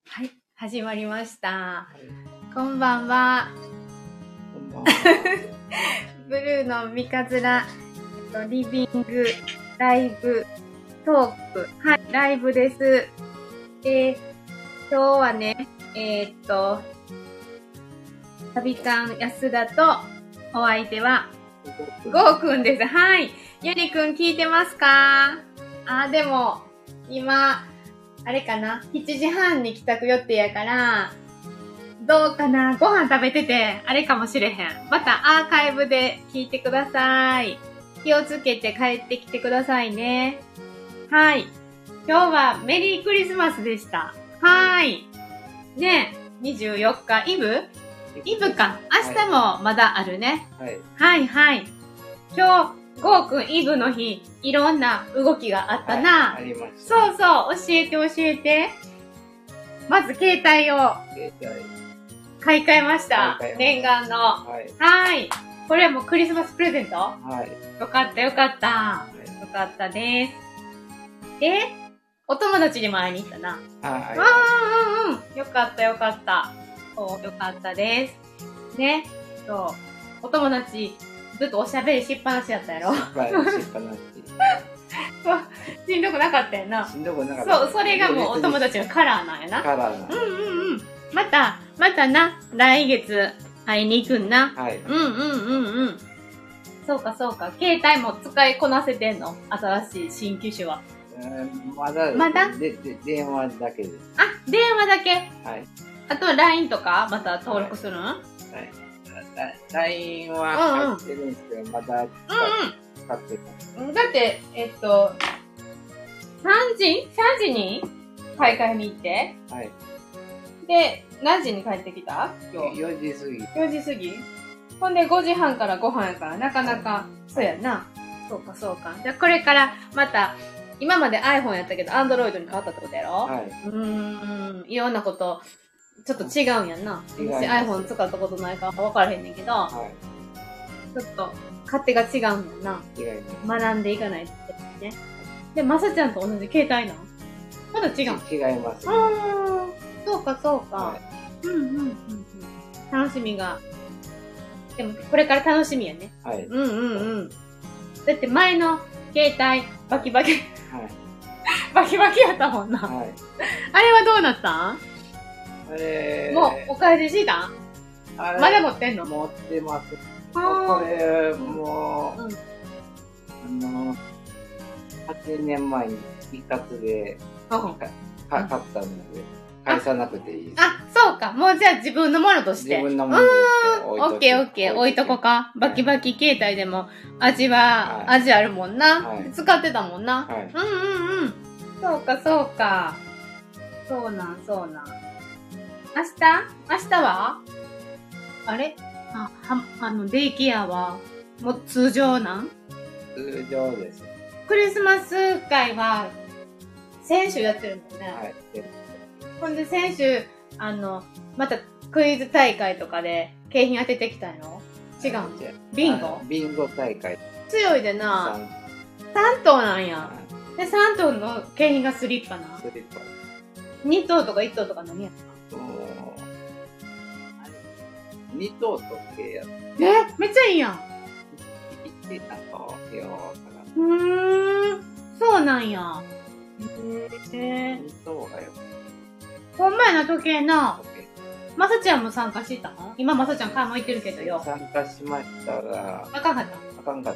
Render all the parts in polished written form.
はい、始まりました。 はい、 こんばんは。 こんばんは。 ブルーの三日面、リビング、ライブ、トーク、はい、ライブです。今日はね、旅館安田とお相手は、ゴーくんです。はい。ゆりくん聞いてますか？でも、今、あれかな ?7 時半に帰宅予定やから、どうかなご飯食べてて、あれかもしれへん。またアーカイブで聞いてください。気をつけて帰ってきてくださいね。はい。今日はメリークリスマスでした。はい。ねえ、24日、イブか。明日もまだあるね。 はい。 はいはい。今日、ゴーくんイブの日、いろんな動きがあったな。 はい、ありました。 そう、教えて。まず携帯を買い替えました。念願の。はい。これもクリスマスプレゼント？はい。よかった。よかったです。で、お友達にも会いに行ったな。よかった。そう、よかったです。ね。そう。お友達、ずっとおしゃべりしっぱなしやったやろ。しっぱなし。そう、しんどくなかったよな。そう、それがもうお友達のカラーなんやな。またな、来月会いに行くんな。はい。そうか。携帯も使いこなせてんの？新しい新機種は。 まだ電話だけです。 電話だけ？はい。あとは LINE とかまた登録するん？はい。 LINE は入ってるんですけど、まだ使ってた。 だって、3時に買い替えに行って。はい。で、何時に帰ってきた？今日。4時過ぎ？ほんで5時半からご飯やからなかなか、そうやな。そうか。じゃあこれからまた、今まで iPhone やったけど Android に変わったってことやろ？はい。いろんなこと、ちょっと違うんやんな。私 iPhone 使ったことないから分からへんねんけど、はい、ちょっと勝手が違うんやんな。学んでいかないとね。で、まさちゃんと同じ携帯なん？まだ違う？ 違います、ね。 そうか。はい、楽しみが。でも、これから楽しみやね。はい。だって前の携帯、バキバキ。はい。バキバキやったもんな。はい。あれはどうなったん？もう、お返ししたん？まだ持ってんの？ 持ってます。これ、もう、8年前に一括で買ったので、返さなくていいです。 そうか。もうじゃあ自分のものとして。 自分のものとしてオッケー。置いとこか。バキバキ携帯でも味あるもんな。はい、使ってたもんな。はい、そうか。そうなん。明日はあれ？デイケアは、もう通常なん？ 通常です。 クリスマス会は、先週やってるもんね。はい。ほんで先週、またクイズ大会とかで景品当ててきたの？違うんじゃ。ビンゴ大会。 強いでな。3等なんや。で、3等の景品がスリッパな。2等とか1等とか何やった？ 2等と計やった。 めっちゃいいやん。 1等よそうなんや。 2等がよ。 ほんまやな、時計な。まさちゃんも参加したの？今まさちゃん買い物行ってるけどよ。 参加しましたが。 あかんかった。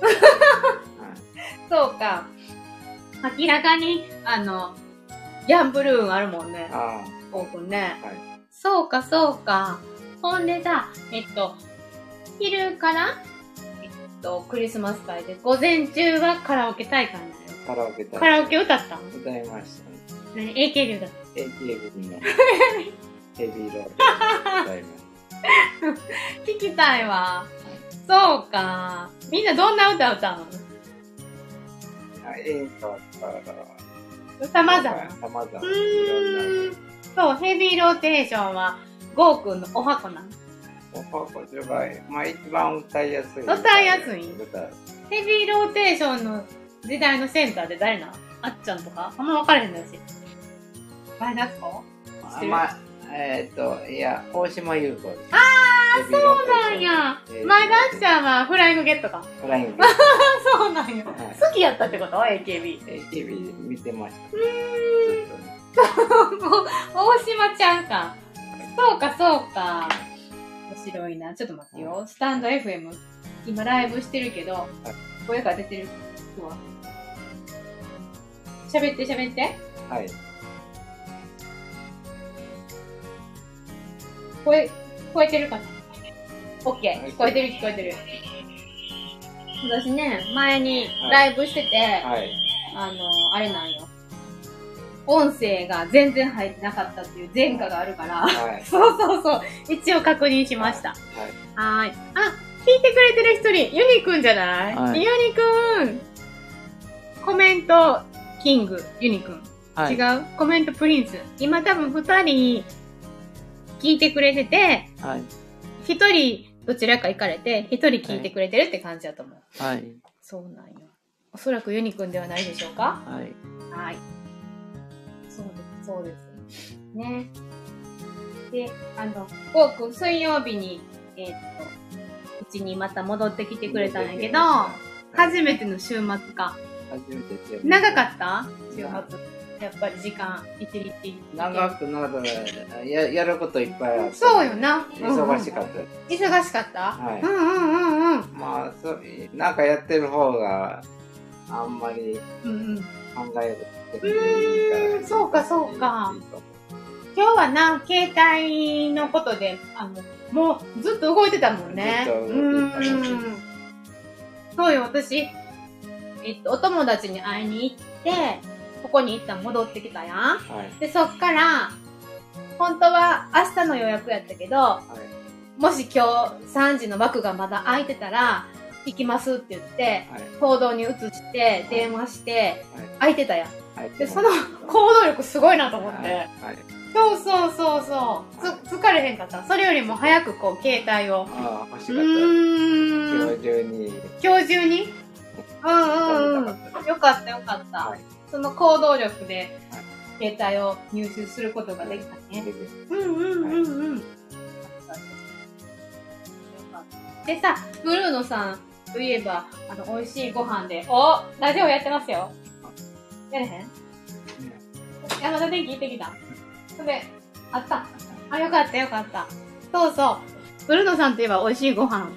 そうか。明らかに、ギャンブルーンあるもんね。オープンね。はい。そうか。ほんでさ、昼から、クリスマス会で、午前中はカラオケ大会なのよ。カラオケ歌ったの？ 歌いましたね。 何？ AK で歌った？ AK のヘビーロード歌いました。 聞きたいわ。そうか。みんなどんな歌歌うの？様々。そう、ヘビーローテーションは、ゴーくんのお箱なの？ お箱じゃない。一番歌いやすい。 ヘビーローテーションの時代のセンターで誰なの？あっちゃんとかあんま分からへんのよし。前田子？ ってる？ いや、大島優子。 あー、そうなんや。前田あっちゃんはフライングゲットか。 フライングゲット。 そうなんや。好きやったってこと？ AKB。 AKB 見てました。 大島ちゃんか。そうか、そうか。面白いな。ちょっと待ってよ。スタンド FM。今ライブしてるけど、声が出てる人は。喋って。 はい。 聞こえてるかな？ OK。聞こえてる。私ね、前にライブしてて、 はい。 あれなんよ。音声が全然入ってなかったっていう前科があるから、はい、そう。一応確認しました。はい。あ、聞いてくれてる一人、ユニくんじゃない？はい、ユニくん。コメントキング、ユニくん。はい、違う？コメントプリンス。今多分二人聞いてくれてて、はい、一人どちらか行かれて、一人聞いてくれてるって感じだと思う。はい。そうなんよ。おそらくユニくんではないでしょうか？はい。はい。そうです。ね。で、ゴーくん水曜日に、うちにまた戻ってきてくれたんやけど、初めての週末か。 初めて週末。 長かった週末。やっぱり時間、一日。 長くなったね。やることいっぱいあった。 そうよな。 忙しかった。 忙しかった？はい。 まあ、なんかやってる方があんまり考える。 そうか。今日はな、携帯のことで、もうずっと動いてたもんね。そうよ、私、お友達に会いに行って、ここに一旦戻ってきたやん。はい、で、そっから、本当は明日の予約やったけど、はい、もし今日3時の枠がまだ空いてたら、行きますって言って、はい、行動に移して、電話して、はい、空いてたやん。で、その行動力すごいなと思って。はい、そう。疲れへんかった。それよりも早くこう、携帯を。 ああ、欲しかった。今日中に。 よかった。はい、その行動力で、携帯を入手することができたね。でさ、ブルーノさんといえば、美味しいご飯で、ラジオやってますよ。やれへん？山田電機行ってきた？それ、あった。あ、よかった。そう。ブルーノさんといえば美味しいご飯。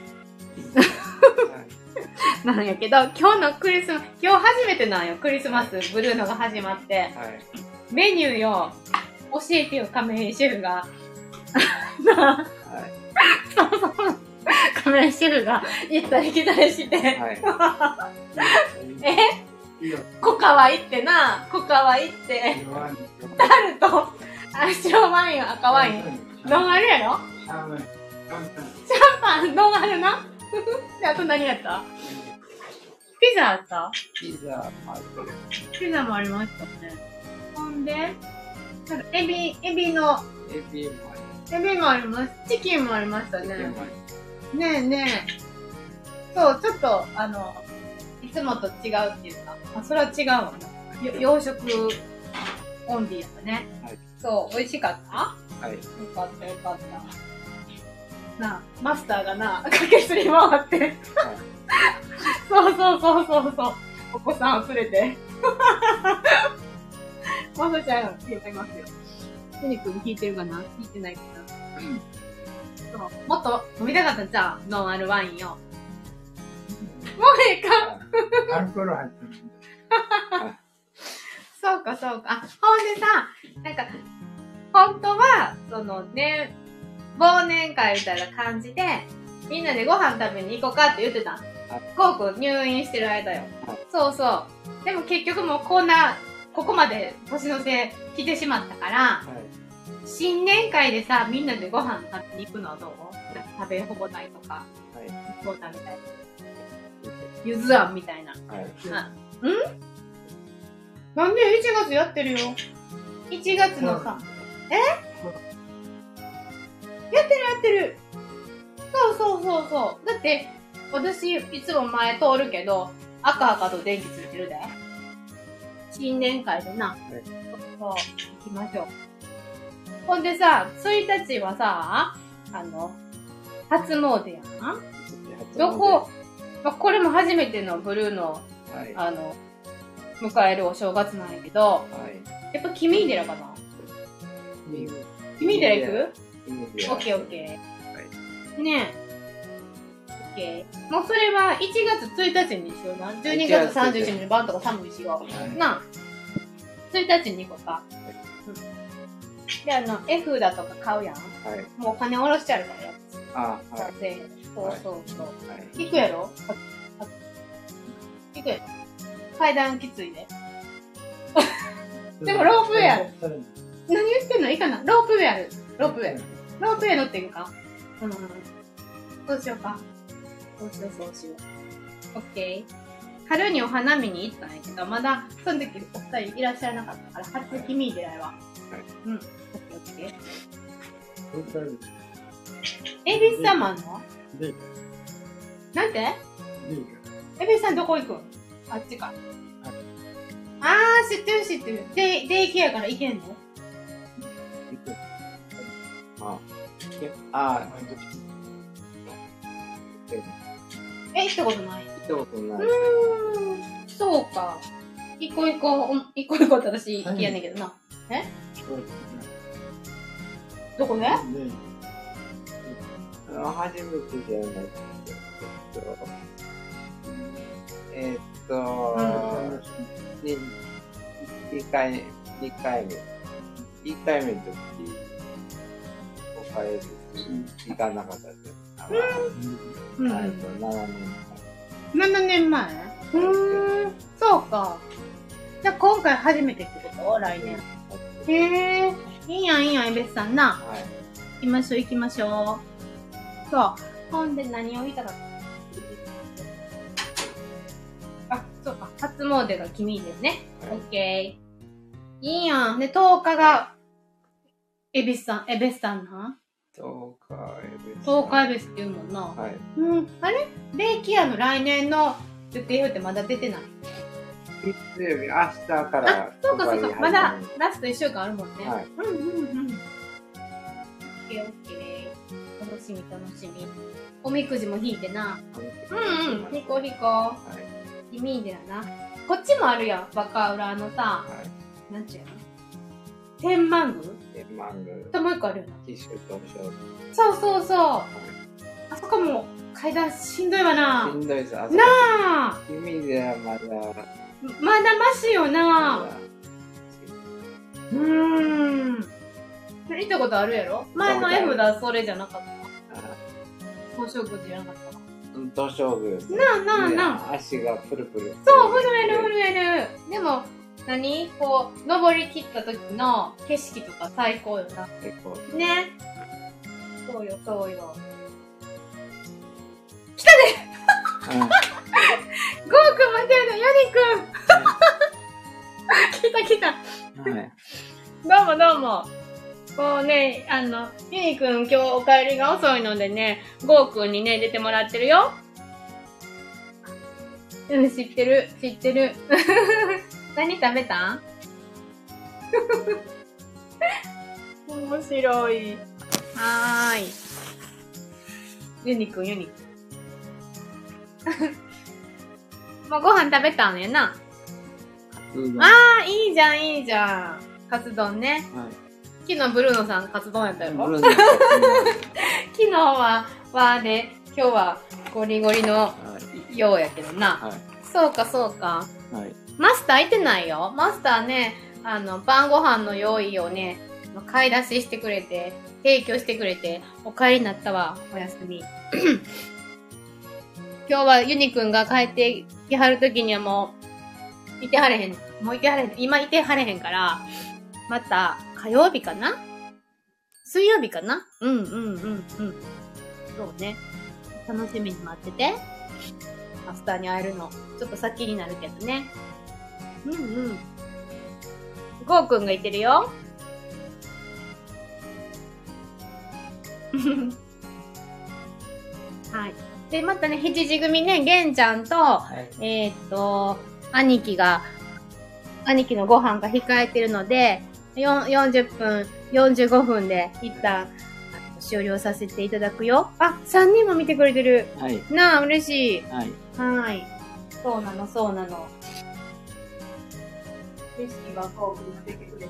なんやけど、今日初めてなんよ、クリスマス、ブルーノが始まって。はい、メニューよ、教えてよ、亀井シェフが。そう。亀井シェフが行ったり来たりして。はい、コカワ行って、タルト、白ワイン、赤ワイン、ノンアルやろ？シャンパン、ノンアルな。で、あと何やった？ピザあった？ ピザもありましたね。ほんで、なんかエビもあります。チキンもありましたね。ねえ。そう、ちょっと、いつもと違うっていうか、それは違うわな。洋食オンリーやったね。はい、そう、美味しかった？はい。よかった。なあ、マスターがな、駆けずり回って。はい、そう。お子さんを連れて。マサちゃん聞いてますよ。テニ君聞いてるかな？聞いてないかな？そう、もっと飲みたかったじゃん、ノンアルワインよ。もうええか。 アルコール入ってる。 そうか。ほんでさ、なんか、本当は、忘年会みたいな感じで、みんなでご飯食べに行こうかって言ってた。コウ君入院してる間よ。そう。でも結局もうここまで年の瀬来てしまったから、新年会でさ、みんなでご飯食べに行くのはどう？食べ放題とか、こう食べたい。ゆずあんみたいな。なんで1月やってるよ。1月のさ、やってる。そう。だって、私、いつも前通るけど、赤と電気ついてるで。新年会でな。そう、行きましょう。 ほんでさ、1日はさ、初詣やん。どこ、これも初めてのブルーの、迎えるお正月なんやけど、やっぱ君井寺かな？君井寺行く？オッケーオッケー。ねえ。オッケー。もうそれは1月1日にしような。12月31日に晩とか寒いしよう。なあ。1日に行こうか。で、F だとか買うやん。もうお金下ろしてあるからよ。そうそうそう。行くやろ？行くやろ？階段きついで。でもロープウェイある。何言ってんの？いいかな？ロープウェイある。ロープウェイ。ロープウェイ乗っていくか？そうしようか。そうしよう。オッケー。春にお花見に行ったんやけど、まだその時お二人いらっしゃらなかったから、初君井寺へは。オッケー。恵比寿様の？なんて？恵比寿さんどこ行くん？あっちか。知ってる。デイケアから行けんの？行ったことない？そうか。行こうって私行きやねんけどな。どこで？ 初めてじゃない2回目の時、お帰り行かなかったです。 7年前？そうか。じゃあ今回初めてってこと？来年。へえ、いいやん、恵比寿さんな。行きましょう。そう。ほんで何を言いたかった？そうか。初詣が君ですね。オッケー。いいやん。で、10日が、恵比寿さんな。10日恵比寿って言うもんな。あれ？デイケアの来年の予定表ってまだ出てない？ 月曜日、明日から。 そうか。まだラスト1週間あるもんね。オッケー。楽しみ。おみくじも引いてな。引こう。君井寺な。こっちもあるやん。バカ裏のさ、なんちゅうの？天満宮ともう一個あるよな。そう。あそこも階段しんどいわな。 しんどいです。なあ。 君井寺まだマシよな。行ったことあるやろ？前の F だ、それじゃなかった。東照宮じゃなかった。 東照宮。なあ。足がプルプル。 そう、震える。でも、こう、登り切った時の景色とか最高よな。ね。そうよ。来たねゴーくん待ってるの、ヨニくん来た。どうも。こうね、ユニくん今日お帰りが遅いのでね、ゴーくんにね、出てもらってるよ。知ってる。何食べたん？面白い。はーい。ユニくん。もうご飯食べたんやな。いいじゃん。カツ丼ね。昨日ブルーノさんカツ丼やったやろ？昨日はで、今日はゴリゴリのようやけどな。そうか。マスターいてないよ。マスターね、晩ご飯の用意をね、買い出ししてくれて、提供してくれて、お帰りになったわ。おやすみ。今日はユニくんが帰ってきはるときにはもう、いてはれへん。今いてはれへんから、また、火曜日かな？水曜日かな？そうね。楽しみに待ってて。マスターに会えるの。ちょっと先になるけどね。ゴーくんがいてるよ。はい。で、またね、7時組ね、ゲンちゃんと、兄貴のご飯が控えてるので、40分 45分で一旦終了させていただくよ。あ、3人も見てくれてる。 はい。 なあ、嬉しい。 はい。 はい。そうなの、そうなの。レシピがこう見てくれてる。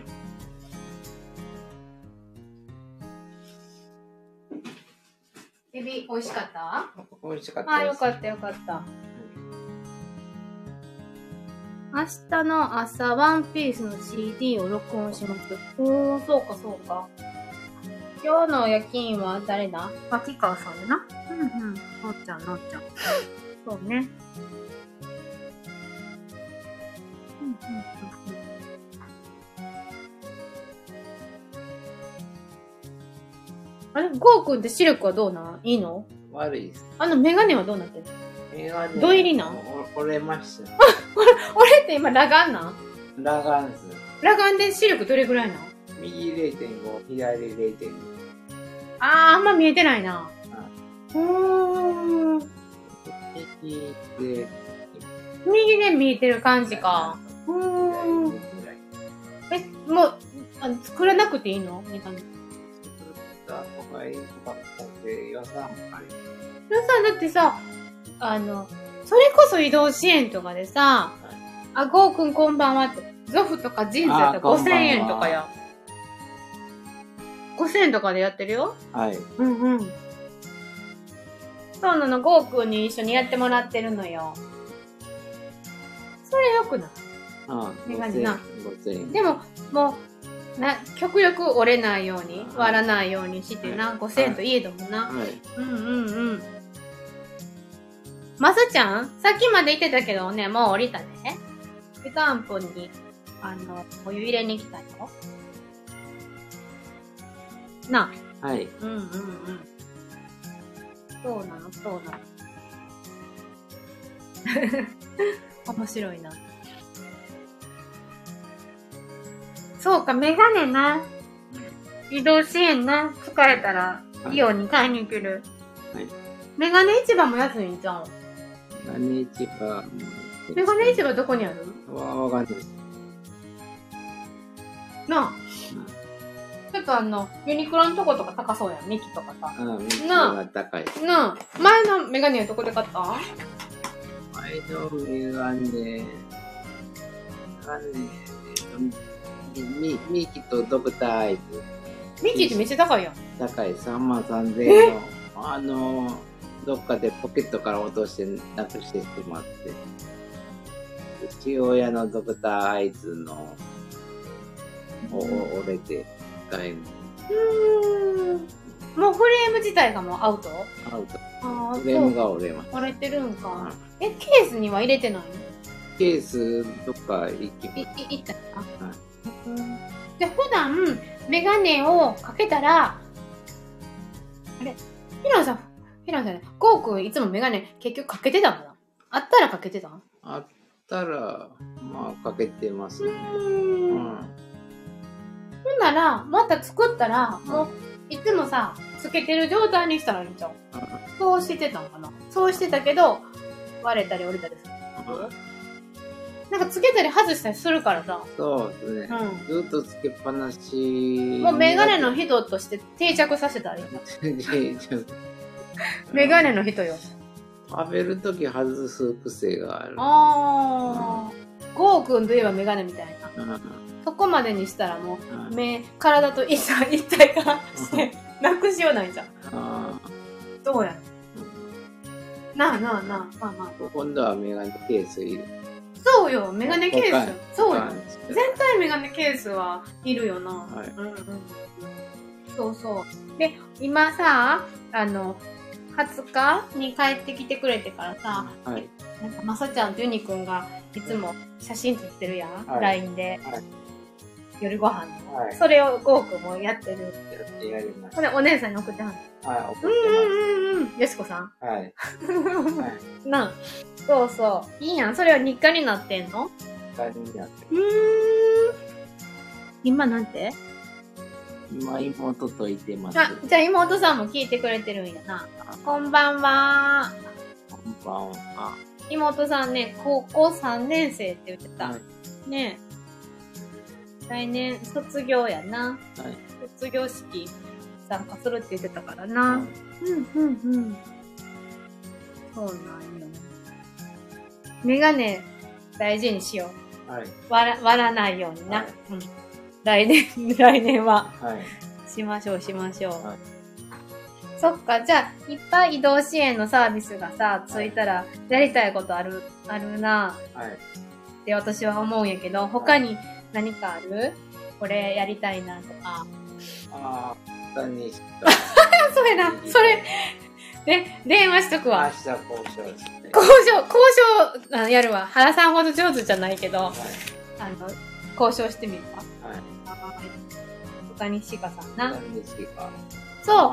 エビ、美味しかった？ 美味しかったです。 あ、よかったよかった。明日の朝、ワンピースの CD を録音します。おー、そうかそうか。今日の夜勤は誰だ？秋川さんだな。うんうん。のっちゃん、のっちゃん。そうね。うんうんうんうん。あれ、ゴーくんって視力はどうなん？いいの？ 悪いです。 メガネはどうなってるの？ メガネ。 ど入りなん？ 折れました。 俺って今裸眼なん？ 裸眼です。 裸眼で視力どれぐらいなん？ 右 0.5、左 0.2。 あんま見えてないな。右で見えてる感じか。もう、作らなくていいの？メガネ。予算だってさ、それこそ移動支援とかでさ、ゴーくんこんばんはって、ゾフとかジーンズだったら5000円とかや。5000円とかでやってるよ。 はい。 うんうん。そうなの、ゴーくんに一緒にやってもらってるのよ。それよくない？メガネな。 5000円。 でも、もう、極力折れないように、割らないようにしてな、5000円といえどもな。はい。うんうんうん。まさちゃんさっきまで言ってたけどね、もう降りたね。湯たんぽに、お湯入れに来たよ。なあ。はい。 うんうんうん。そうなの、そうなの。面白いな。そうか、メガネな。移動支援な。疲れたら、イオンに買いに行ける。はい。メガネ市場も安いんじゃん。 メガネ市場。 メガネ市場どこにある？ わかんない。 なあ。ちょっとユニクロのとことか高そうやん。ミキとかさ。 ミキが高い。 なあ。前のメガネはどこで買った？ 前のメガネ、ミキとドクターアイズ。 ミキってめっちゃ高いやん。 高い。33,000円の、どっかでポケットから落としてなくしてしまって。父親のドクターアイズの、折れて、使える。 もうフレーム自体がもうアウト？ アウト。フレームが折れます。 折れてるんか。ケースには入れてないの？ ケース、どっか行ったか？じゃあ普段、メガネをかけたら、あれヒロンさんね、ゴーくんいつもメガネ結局かけてたんかな？あったらかけてたん？ あったら、まあかけてますね。ほんなら、また作ったら、もう、いつもさ、つけてる状態にしたらいいんじゃん。そうしてたんかな？そうしてたけど、割れたり折れたりする。なんかつけたり外したりするからさ。 そうですね。ずっとつけっぱなし。 もうメガネの人として定着させたらいい。メガネの人よ。 食べるとき外す癖がある。 ゴーくんといえばメガネみたいな。そこまでにしたらもう、体と一体化して、なくしようないじゃん。どうやなあ。まあ。 今度はメガネケースいる。 そうよ、メガネケース。そうよ。絶対メガネケースはいるよな。はい。そうそう。で、今さ、20日に帰ってきてくれてからさ、はい。なんか、まさちゃんとユニくんがいつも写真撮ってるやん、はい、LINE で。はい、夜ご飯の、はい。それをゴーくんもやってる。 やります。 これお姉さんに送ってはんの。 はい、送ってます。 よしこさん。 はい。 なあ。そうそう。いいやん。それは日課になってんの？ 日課になってる。 今なんて？ 今妹といてます。 じゃあ妹さんも聞いてくれてるんやな。こんばんは。 こんばんは。 妹さんね、高校3年生って言ってた。はい、ね来年卒業やな。 はい。 卒業式参加するって言ってたからな。うんうんうん。そうなんよ。メガネ大事にしよう。 はい。 割らないようにな。 はい、 うん。来年は。 はい。 しましょう。 はい。 そっか、じゃあ、いっぱい移動支援のサービスがさ、ついたら、やりたいことあるな、 はい。 って私は思うんやけど、他に何かある？これやりたいなとか。 ああ、他にしか。 そうやな、それ、電話しとくわ。 明日交渉して。 交渉やるわ。原さんほど上手じゃないけど、 はい。 交渉してみるわ。 はい。 他にしかさんな。 他にしか。 そう。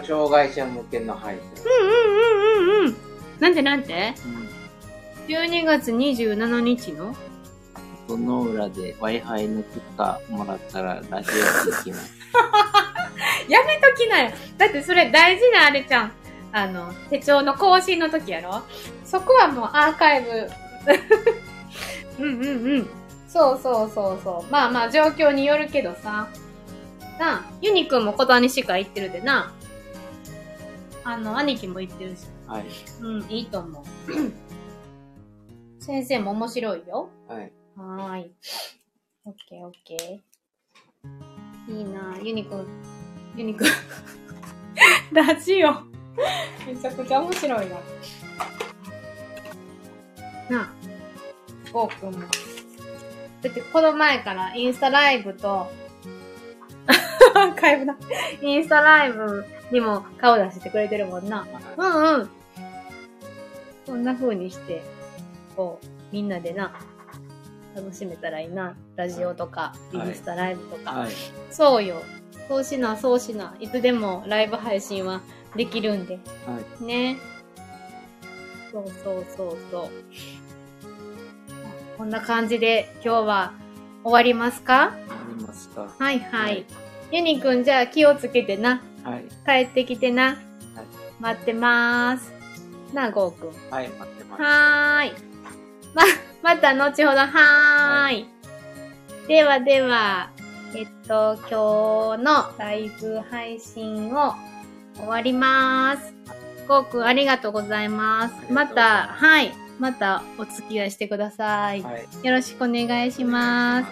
障害者向けの配信。 うん。なんて、12月27日のその裏で Wi-Fi の許可もらったらラジオ聞きます。 やめときなよ。だってそれ大事なあれじゃん。手帳の更新の時やろ？そこはもうアーカイブ。うん。そう。まあまあ状況によるけどさ。なあ、ユニくんも小谷しか行ってるでな。兄貴も行ってるし。 はい。 うん、いいと思う。先生も面白いよ。 はい。 はーい。オッケー。いいなぁ。ユニくん。ラジオ。めちゃくちゃ面白いな。なあ。ゴーくんも。だってこの前からインスタライブと、アーカイブだ。インスタライブにも顔出してくれてるもんな。うん。こんな風にして、こう、みんなでな、楽しめたらいいな。ラジオとか、インスタライブとか。はい。そうよ。そうしな。いつでもライブ配信はできるんで。はい。ね。そう。こんな感じで今日は終わりますか？ 終わりますか。 はい。ユニくんじゃあ気をつけてな。 はい。 帰ってきてな。はい。待ってまーす。なあ、ゴーくん。 はい、待ってます。 はーい。また後ほど、はーい。では、今日のライブ配信を終わりまーす。ゴーくんありがとうございます。またお付き合いしてください。はい、よろしくお願いします。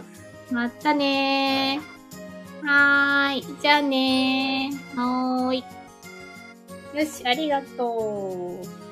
またねー。はーい。じゃあねー。はーい。よし、ありがとう。